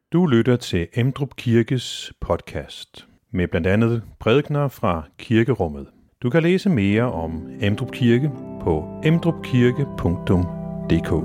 Du lytter til Emdrup Kirkes podcast med blandt andet prædikener fra kirkerummet. Du kan læse mere om Emdrup Kirke på emdrupkirke.dk.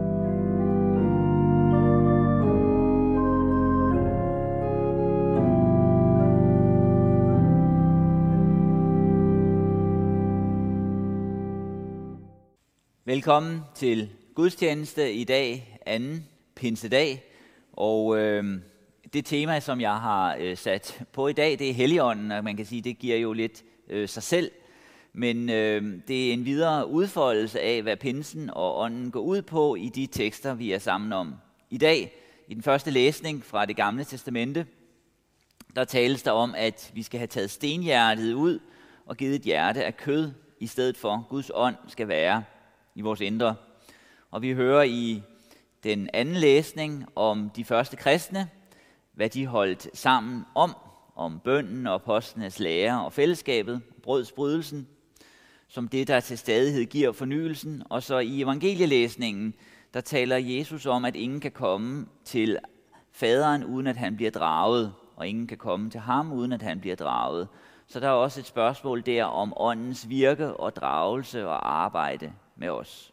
Velkommen til gudstjeneste i dag, anden pinsedag. Og det tema, som jeg har sat på i dag, det er Helligånden, og man kan sige, det giver jo lidt sig selv. Men det er en videre udfoldelse af, hvad pinsen og ånden går ud på i de tekster, vi er sammen om i dag. I den første læsning fra Det Gamle Testamente, der tales der om, at vi skal have taget stenhjertet ud og givet et hjerte af kød, i stedet for Guds ånd skal være i vores indre. Og vi hører i den anden læsning om de første kristne, hvad de holdt sammen om bønnen og apostlenes lære og fællesskabet, brødsbrydelsen, som det, der til stadighed giver fornyelsen. Og så i evangelielæsningen, der taler Jesus om, at ingen kan komme til faderen, uden at han bliver draget, og ingen kan komme til ham, uden at han bliver draget. Så der er også et spørgsmål der om åndens virke og dragelse og arbejde med os.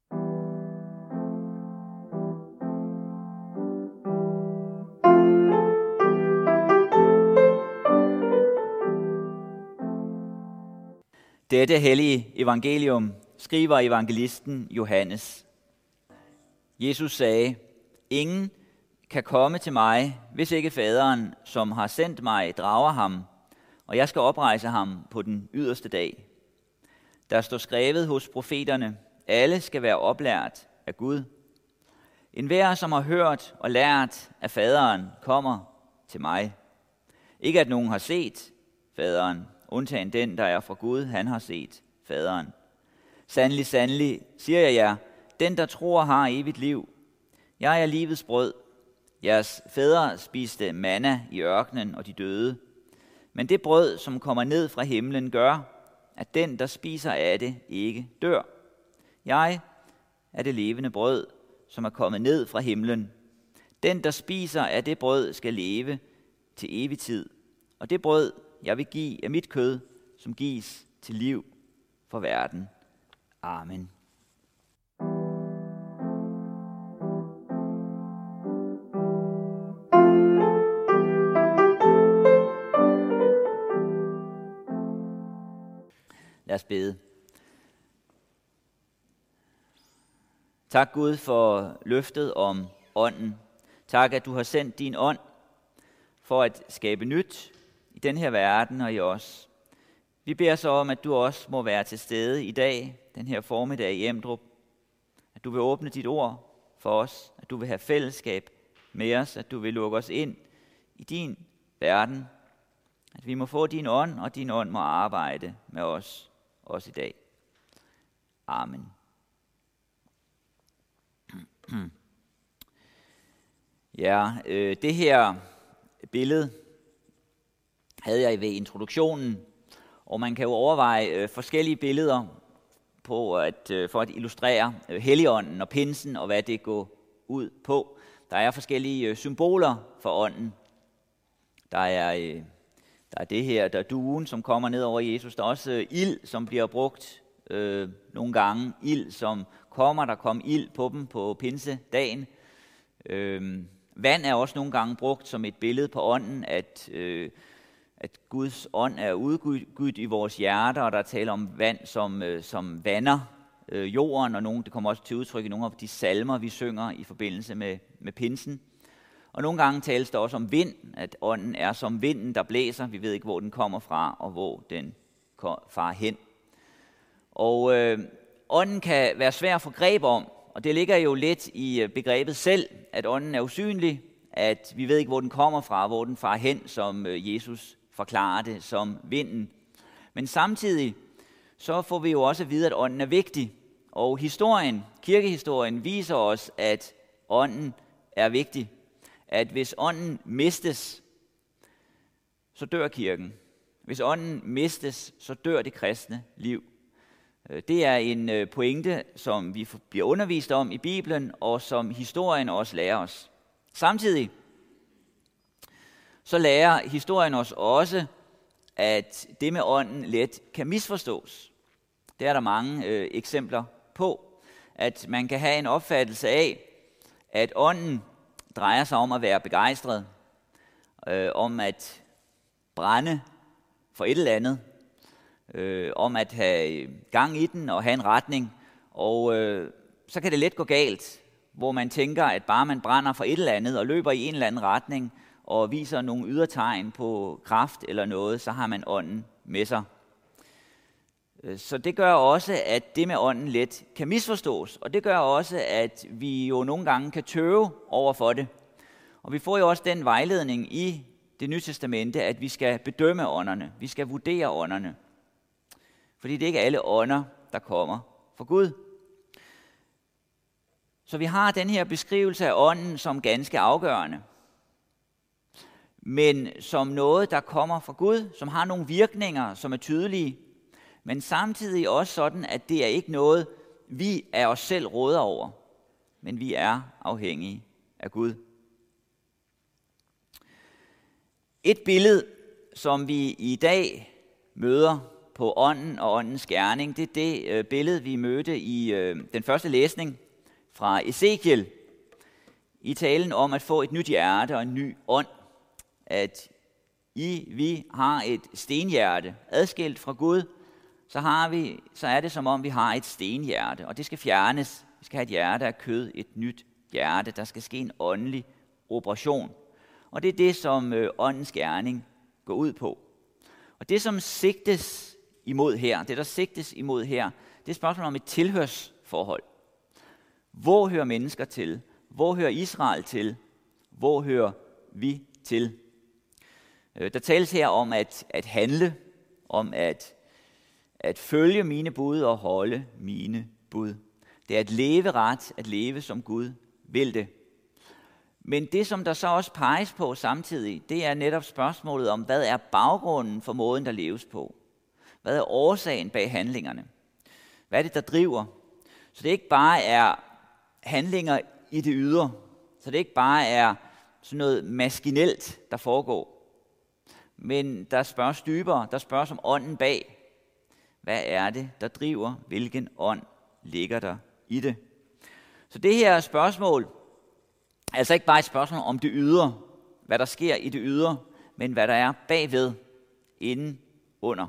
Dette hellige evangelium skriver evangelisten Johannes. Jesus sagde, ingen kan komme til mig, hvis ikke faderen, som har sendt mig, drager ham, og jeg skal oprejse ham på den yderste dag. Der står skrevet hos profeterne, alle skal være oplært af Gud. Enhver, som har hørt og lært af faderen, kommer til mig. Ikke at nogen har set faderen, undtagen den, der er fra Gud, han har set faderen. Sandelig, sandelig, siger jeg jer, den, der tror, har evigt liv. Jeg er livets brød. Jeres fædre spiste manna i ørkenen, og de døde. Men det brød, som kommer ned fra himlen, gør, at den, der spiser af det, ikke dør. Jeg er det levende brød, som er kommet ned fra himlen. Den, der spiser af det brød, skal leve til evig tid. Og det brød, jeg vil give af mit kød, som gives til liv for verden. Amen. Lad os bede. Tak Gud for løftet om ånden. Tak, at du har sendt din ånd for at skabe nyt i den her verden og i os. Vi beder så om, at du også må være til stede i dag, den her formiddag i Emdrup. At du vil åbne dit ord for os, at du vil have fællesskab med os, at du vil lukke os ind i din verden. At vi må få din ånd, og din ånd må arbejde med os også i dag. Amen. Ja, det her billede havde jeg ved introduktionen, og man kan jo overveje forskellige billeder på for at illustrere Helligånden og pinsen og hvad det går ud på. Der er forskellige symboler for ånden. Der er det her, der er duen, som kommer ned over Jesus. Der er også ild, som bliver brugt nogle gange. Ild, som kommer. Der kom ild på dem på pinsedagen. Vand er også nogle gange brugt som et billede på ånden, at Guds ånd er udgydt i vores hjerter, og der er tale om vand, som vander jorden, og det kommer også til udtryk i nogle af de salmer, vi synger i forbindelse med pinsen. Og nogle gange tales der også om vind, at ånden er som vinden, der blæser. Vi ved ikke, hvor den kommer fra, og hvor den farer hen. Og ånden kan være svær at få greb om, og det ligger jo lidt i begrebet selv, at ånden er usynlig, at vi ved ikke, hvor den kommer fra, hvor den farer hen, som Jesus forklarer det som vinden. Men samtidig så får vi jo også at vide, at ånden er vigtig. Og kirkehistorien viser os, at ånden er vigtig. At hvis ånden mistes, så dør kirken. Hvis ånden mistes, så dør det kristne liv. Det er en pointe, som vi bliver undervist om i Bibelen, og som historien også lærer os. Samtidig så lærer historien os også, at det med ånden let kan misforstås. Det er der mange eksempler på, at man kan have en opfattelse af, at ånden drejer sig om at være begejstret, om at brænde for et eller andet, om at have gang i den og have en retning, og så kan det let gå galt, hvor man tænker, at bare man brænder for et eller andet og løber i en eller anden retning og viser nogle ydertegn på kraft eller noget, så har man ånden med sig. Så det gør også, at det med ånden let kan misforstås, og det gør også, at vi jo nogle gange kan tøve over for det. Og vi får jo også den vejledning i Det Nye Testamente, at vi skal bedømme ånderne, vi skal vurdere ånderne. Fordi det er ikke alle ånder, der kommer fra Gud. Så vi har den her beskrivelse af ånden som ganske afgørende, men som noget, der kommer fra Gud, som har nogle virkninger, som er tydelige, men samtidig også sådan, at det er ikke noget, vi af os selv råder over, men vi er afhængige af Gud. Et billede, som vi i dag møder på ånden og åndens gerning, det er det billede, vi mødte i den første læsning fra Ezekiel, i talen om at få et nyt hjerte og en ny ånd. At vi har et stenhjerte, adskilt fra Gud, så er det som om vi har et stenhjerte, og det skal fjernes. Vi skal have et hjerte af kød, et nyt hjerte. Der skal ske en åndelig operation. Og det er det, som åndens gerning går ud på. Og det, som sigtes imod her, det der sigtes imod her, det er spørgsmålet om et tilhørsforhold. Hvor hører mennesker til? Hvor hører Israel til? Hvor hører vi til? Der tales her om at handle, om at følge mine bud og holde mine bud. Det er at leve ret, at leve som Gud vil det. Men det, som der så også peges på samtidig, det er netop spørgsmålet om, hvad er baggrunden for måden, der leves på? Hvad er årsagen bag handlingerne? Hvad er det, der driver? Så det ikke bare er handlinger i det ydre, så det ikke bare er sådan noget maskinelt, der foregår, men der spørges dybere, der spørges om ånden bag. Hvad er det, der driver? Hvilken ånd ligger der i det? Så det her spørgsmål er altså ikke bare et spørgsmål om det ydre, hvad der sker i det ydre, men hvad der er bagved, inden under.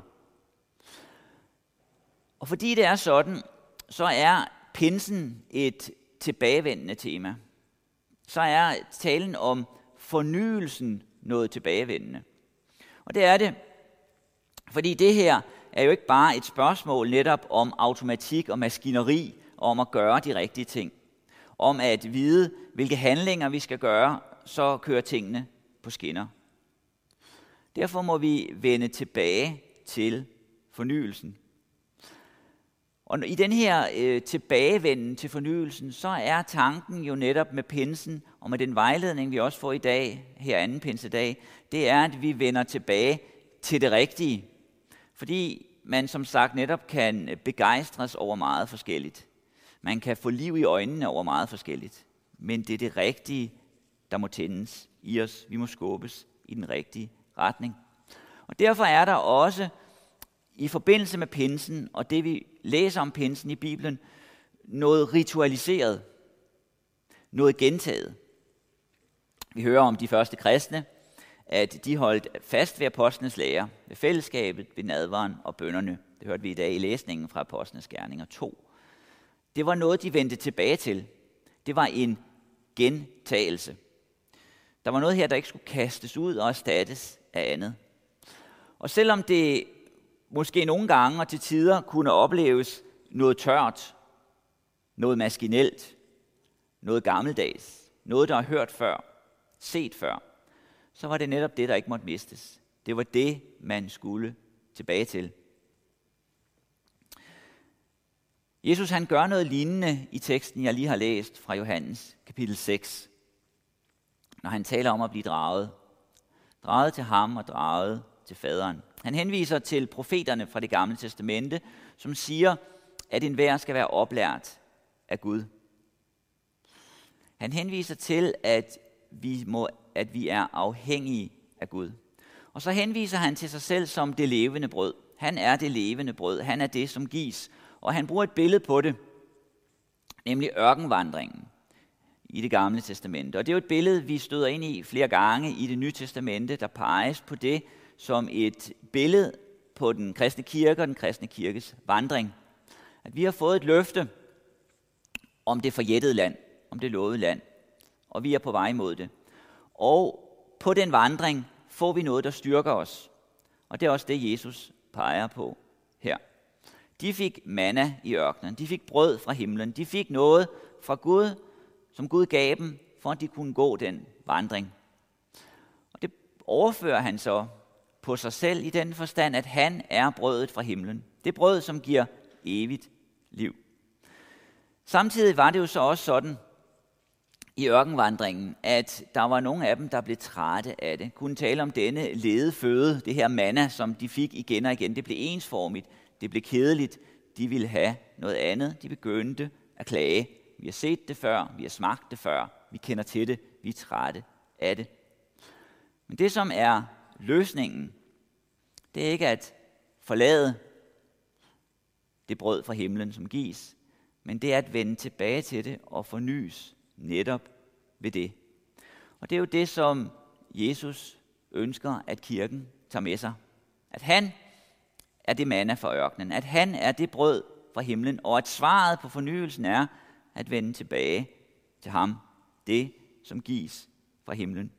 Og fordi det er sådan, så er pinsen et tilbagevendende tema. Så er talen om fornyelsen noget tilbagevendende. Og det er det, fordi det her er jo ikke bare et spørgsmål netop om automatik og maskineri, og om at gøre de rigtige ting. Om at vide, hvilke handlinger vi skal gøre, så kører tingene på skinner. Derfor må vi vende tilbage til fornyelsen. Og i den her tilbagevenden til fornyelsen, så er tanken jo netop med pinsen, og med den vejledning, vi også får i dag, her anden pinsedag, det er, at vi vender tilbage til det rigtige. Fordi man som sagt netop kan begejstres over meget forskelligt. Man kan få liv i øjnene over meget forskelligt. Men det er det rigtige, der må tændes i os. Vi må skubbes i den rigtige retning. Og derfor er der også i forbindelse med pinsen, og det vi læser om pinsen i Bibelen, noget ritualiseret, noget gentaget. Vi hører om de første kristne, at de holdt fast ved apostlenes lære, ved fællesskabet, ved nadveren og bønnerne. Det hørte vi i dag i læsningen fra Apostlenes Gerninger 2. Det var noget, de vendte tilbage til. Det var en gentagelse. Der var noget her, der ikke skulle kastes ud og erstattes af andet. Og selvom det måske nogle gange og til tider kunne opleves noget tørt, noget maskinelt, noget gammeldags, noget, der er hørt før, set før, så var det netop det, der ikke måtte mistes. Det var det, man skulle tilbage til. Jesus han gør noget lignende i teksten, jeg lige har læst fra Johannes kapitel 6, når han taler om at blive draget. Draget til ham og draget til faderen. Han henviser til profeterne fra det gamle testamente, som siger, at enhver skal være oplært af Gud. Han henviser til, at vi er afhængige af Gud. Og så henviser han til sig selv som det levende brød. Han er det levende brød. Han er det, som gives. Og han bruger et billede på det, nemlig ørkenvandringen i Det Gamle Testamente. Og det er jo et billede, vi støder ind i flere gange i Det Nye Testamente, der peges på det som et billede på den kristne kirke og den kristne kirkes vandring. At vi har fået et løfte om det forjættede land, om det lovede land, og vi er på vej mod det. Og på den vandring får vi noget, der styrker os. Og det er også det, Jesus peger på her. De fik manna i ørkenen, de fik brød fra himlen, de fik noget fra Gud, som Gud gav dem, for at de kunne gå den vandring. Og det overfører han så på sig selv i den forstand, at han er brødet fra himlen. Det brød, som giver evigt liv. Samtidig var det jo så også sådan i ørkenvandringen, at der var nogle af dem, der blev trætte af det. Kunne tale om denne lede føde, det her manna, som de fik igen og igen. Det blev ensformigt, det blev kedeligt, de ville have noget andet. De begyndte at klage. Vi har set det før, vi har smagt det før, vi kender til det, vi er trætte af det. Men det, som er løsningen, det er ikke at forlade det brød fra himlen, som gives, men det er at vende tilbage til det og fornyes netop ved det. Og det er jo det, som Jesus ønsker, at kirken tager med sig. At han er det manna fra ørkenen, at han er det brød fra himlen, og at svaret på fornyelsen er at vende tilbage til ham, det som gives fra himlen.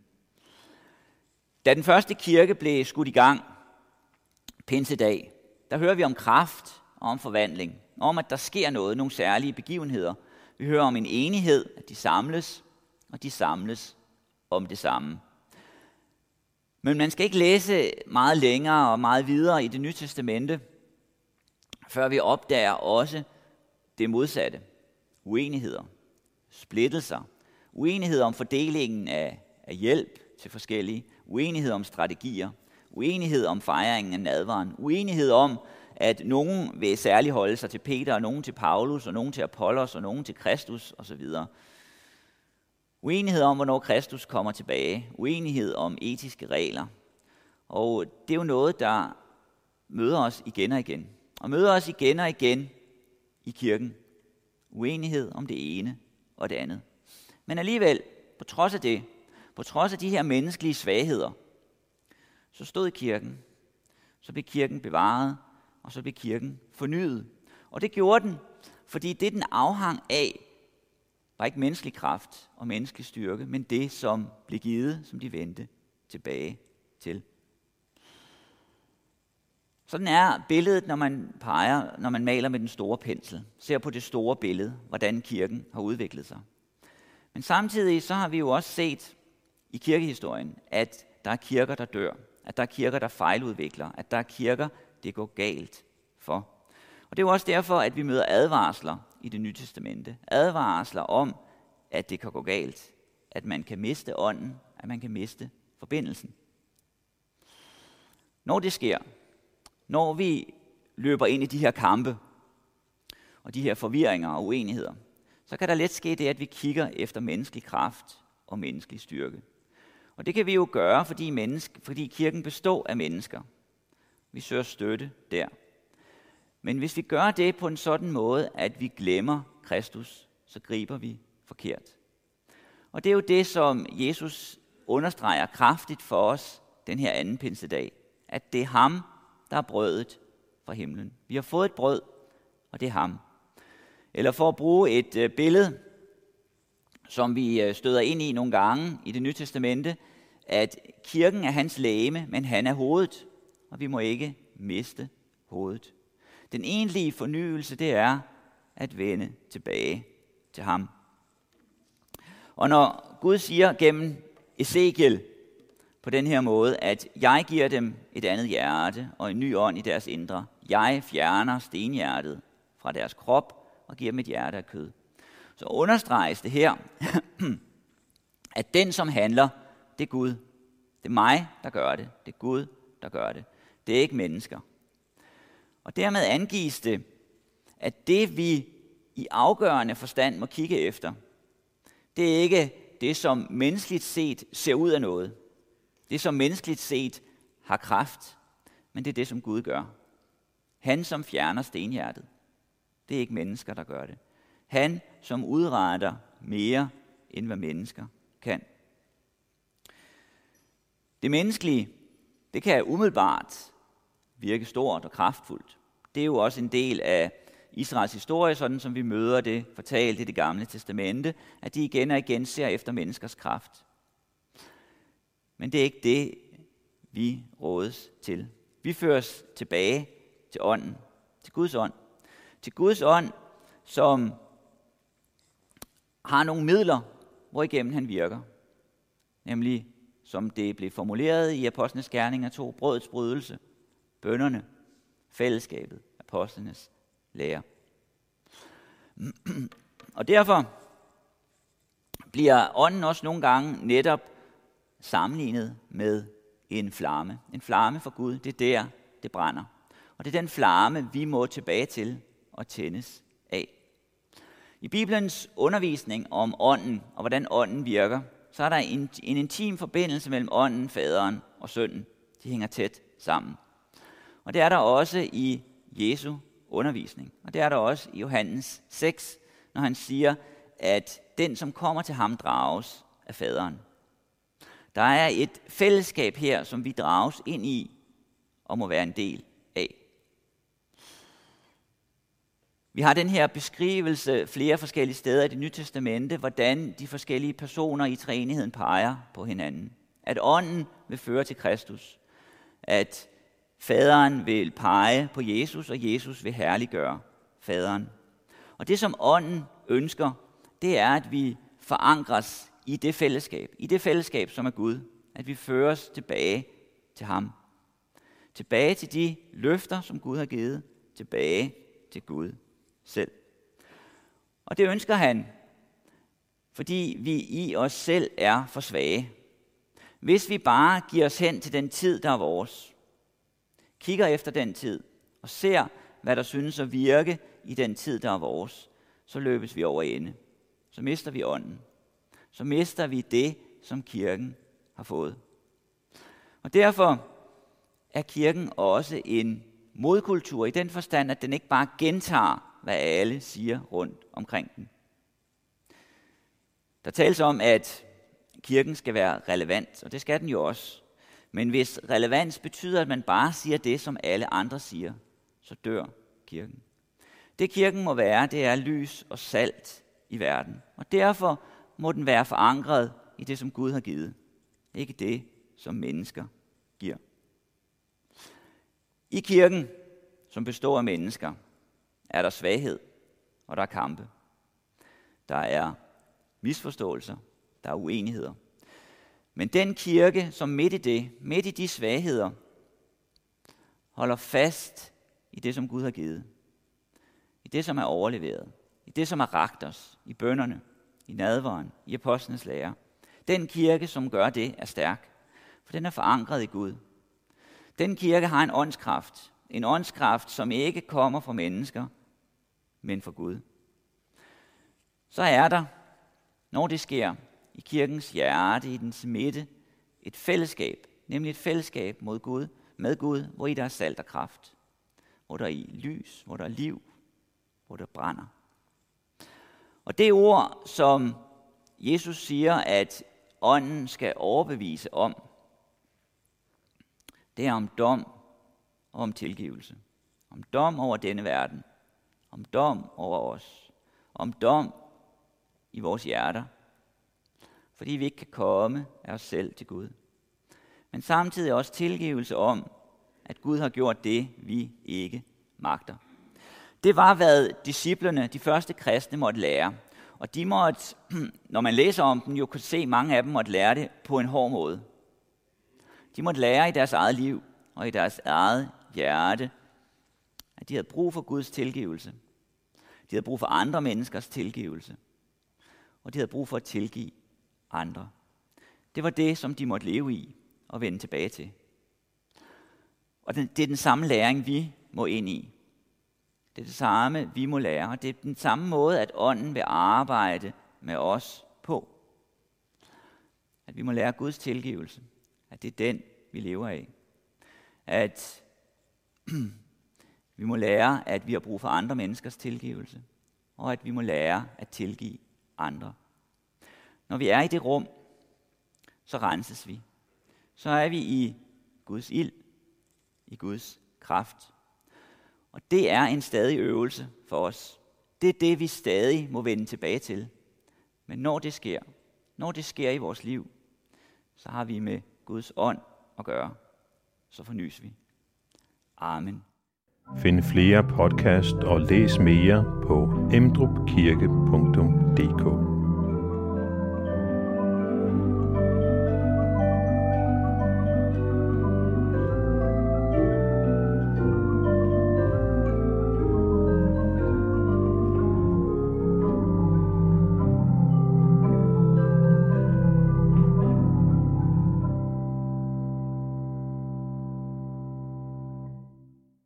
Da den første kirke blev skudt i gang, pinsedag, der hører vi om kraft og om forvandling, om at der sker noget, nogle særlige begivenheder. Vi hører om en enighed, at de samles, og de samles om det samme. Men man skal ikke læse meget længere og meget videre i Det Nye Testamente, før vi opdager også det modsatte. Uenigheder, splittelser, uenighed om fordelingen af hjælp til forskellige, uenighed om strategier, uenighed om fejringen af nadveren, uenighed om, at nogen vil særligt holde sig til Peter, og nogen til Paulus, og nogen til Apollos, og nogen til Kristus osv. Uenighed om, hvornår Kristus kommer tilbage. Uenighed om etiske regler. Og det er jo noget, der møder os igen og igen. Og møder os igen og igen i kirken. Uenighed om det ene og det andet. Men alligevel, på trods af det, på trods af de her menneskelige svagheder, så stod kirken. Så blev kirken bevaret, og så blev kirken fornyet. Og det gjorde den, fordi det, den afhang af, var ikke menneskelig kraft og menneskelig styrke, men det, som blev givet, som de vendte tilbage til. Sådan er billedet, når man maler med den store pensel, ser på det store billede, hvordan kirken har udviklet sig. Men samtidig så har vi jo også set i kirkehistorien, at der er kirker, der dør, at der er kirker, der fejludvikler, at der er kirker, det går galt for. Og det er jo også derfor, at vi møder advarsler i Det Nye Testamente. Advarsler om, at det kan gå galt, at man kan miste ånden, at man kan miste forbindelsen. Når det sker, når vi løber ind i de her kampe, og de her forvirringer og uenigheder, så kan der let ske det, at vi kigger efter menneskelig kraft og menneskelig styrke. Og det kan vi jo gøre, fordi kirken består af mennesker. Vi søger støtte der. Men hvis vi gør det på en sådan måde, at vi glemmer Kristus, så griber vi forkert. Og det er jo det, som Jesus understreger kraftigt for os den her anden pinsedag. At det er ham, der er brødet fra himlen. Vi har fået et brød, og det er ham. Eller for at bruge et billede, som vi støder ind i nogle gange i Det Nye Testamente, at kirken er hans legeme, men han er hovedet, og vi må ikke miste hovedet. Den egentlige fornyelse, det er at vende tilbage til ham. Og når Gud siger gennem Ezekiel på den her måde, at jeg giver dem et andet hjerte og en ny ånd i deres indre, jeg fjerner stenhjertet fra deres krop og giver dem et hjerte af kød, så understreges det her, at den, som handler, det er Gud. Det er mig, der gør det. Det er Gud, der gør det. Det er ikke mennesker. Og dermed angives det, at det vi i afgørende forstand må kigge efter, det er ikke det, som menneskeligt set ser ud af noget. Det, som menneskeligt set har kraft, men det er det, som Gud gør. Han, som fjerner stenhjertet. Det er ikke mennesker, der gør det. Han, som udretter mere, end hvad mennesker kan. Det menneskelige, det kan umiddelbart virke stort og kraftfuldt. Det er jo også en del af Israels historie, sådan som vi møder det fortalt i Det Gamle Testamente, at de igen og igen ser efter menneskers kraft. Men det er ikke det, vi rådes til. Vi føres tilbage til ånden, til Guds ånd. Til Guds ånd, som har nogle midler, hvorigennem han virker. Nemlig, som det blev formuleret i Apostlenes Gerninger 2, brødets brydelse, bønnerne, fællesskabet, apostlenes lære. Og derfor bliver ånden også nogle gange netop sammenlignet med en flamme. En flamme for Gud, det er der, det brænder. Og det er den flamme, vi må tilbage til og tændes af. I Bibelens undervisning om ånden og hvordan ånden virker, så er der en intim forbindelse mellem ånden, faderen og sønnen. De hænger tæt sammen. Og det er der også i Jesu undervisning. Og det er der også i Johannes 6, når han siger, at den, som kommer til ham, drages af faderen. Der er et fællesskab her, som vi drages ind i og må være en del af. Vi har den her beskrivelse flere forskellige steder i Det Nye Testamente, hvordan de forskellige personer i treenigheden peger på hinanden. At ånden vil føre til Kristus. At faderen vil pege på Jesus, og Jesus vil herliggøre faderen. Og det, som ånden ønsker, det er, at vi forankres i det fællesskab, som er Gud. At vi føres tilbage til ham. Tilbage til de løfter, som Gud har givet. Tilbage til Gud selv. Og det ønsker han, fordi vi i os selv er for svage. Hvis vi bare giver os hen til den tid, der er vores, kigger efter den tid og ser, hvad der synes at virke i den tid, der er vores, så løbes vi over ende. Så mister vi ånden. Så mister vi det, som kirken har fået. Og derfor er kirken også en modkultur i den forstand, at den ikke bare gentager, hvad alle siger rundt omkring den. Der tales om, at kirken skal være relevant, og det skal den jo også. Men hvis relevans betyder, at man bare siger det, som alle andre siger, så dør kirken. Det kirken må være, det er lys og salt i verden. Og derfor må den være forankret i det, som Gud har givet. Ikke det, som mennesker giver. I kirken, som består af mennesker, er der svaghed, og der er kampe. Der er misforståelser, der er uenigheder. Men den kirke, som midt i de svagheder, holder fast i det, som Gud har givet. I det, som er overleveret. I det, som er rakt os. I bønnerne, i nadveren, i apostlenes lære. Den kirke, som gør det, er stærk. For den er forankret i Gud. Den kirke har en åndskraft. En åndskraft, som ikke kommer fra mennesker, men fra Gud. Så er der, når det sker, i kirkens hjerte, i dens midte, et fællesskab, nemlig et fællesskab med Gud, hvor i der er salt og kraft, hvor der er i lys, hvor der er liv, hvor der brænder. Og det ord, som Jesus siger, at ånden skal overbevise om, det er om dom og om tilgivelse. Om dom over denne verden, om dom over os, om dom i vores hjerter, fordi vi ikke kan komme af os selv til Gud. Men samtidig også tilgivelse om, at Gud har gjort det, vi ikke magter. Det var, hvad disciplene, de første kristne, måtte lære. Og de måtte, når man læser om dem, jo kunne se, at mange af dem måtte lære det på en hård måde. De måtte lære i deres eget liv og i deres eget hjerte, at de havde brug for Guds tilgivelse. De havde brug for andre menneskers tilgivelse. Og de havde brug for at tilgive andre. Det var det, som de måtte leve i og vende tilbage til. Og det er den samme læring, vi må ind i. Det er det samme, vi må lære, og det er den samme måde, at ånden vil arbejde med os på. At vi må lære Guds tilgivelse. At det er den, vi lever af. At vi må lære, at vi har brug for andre menneskers tilgivelse, og at vi må lære at tilgive andre. Når vi er i det rum, så renses vi. Så er vi i Guds ild, i Guds kraft. Og det er en stadig øvelse for os. Det er det, vi stadig må vende tilbage til. Men når det sker i vores liv, så har vi med Guds ånd at gøre. Så fornyes vi. Amen. Find flere podcast og læs mere på emdrupkirke.dk.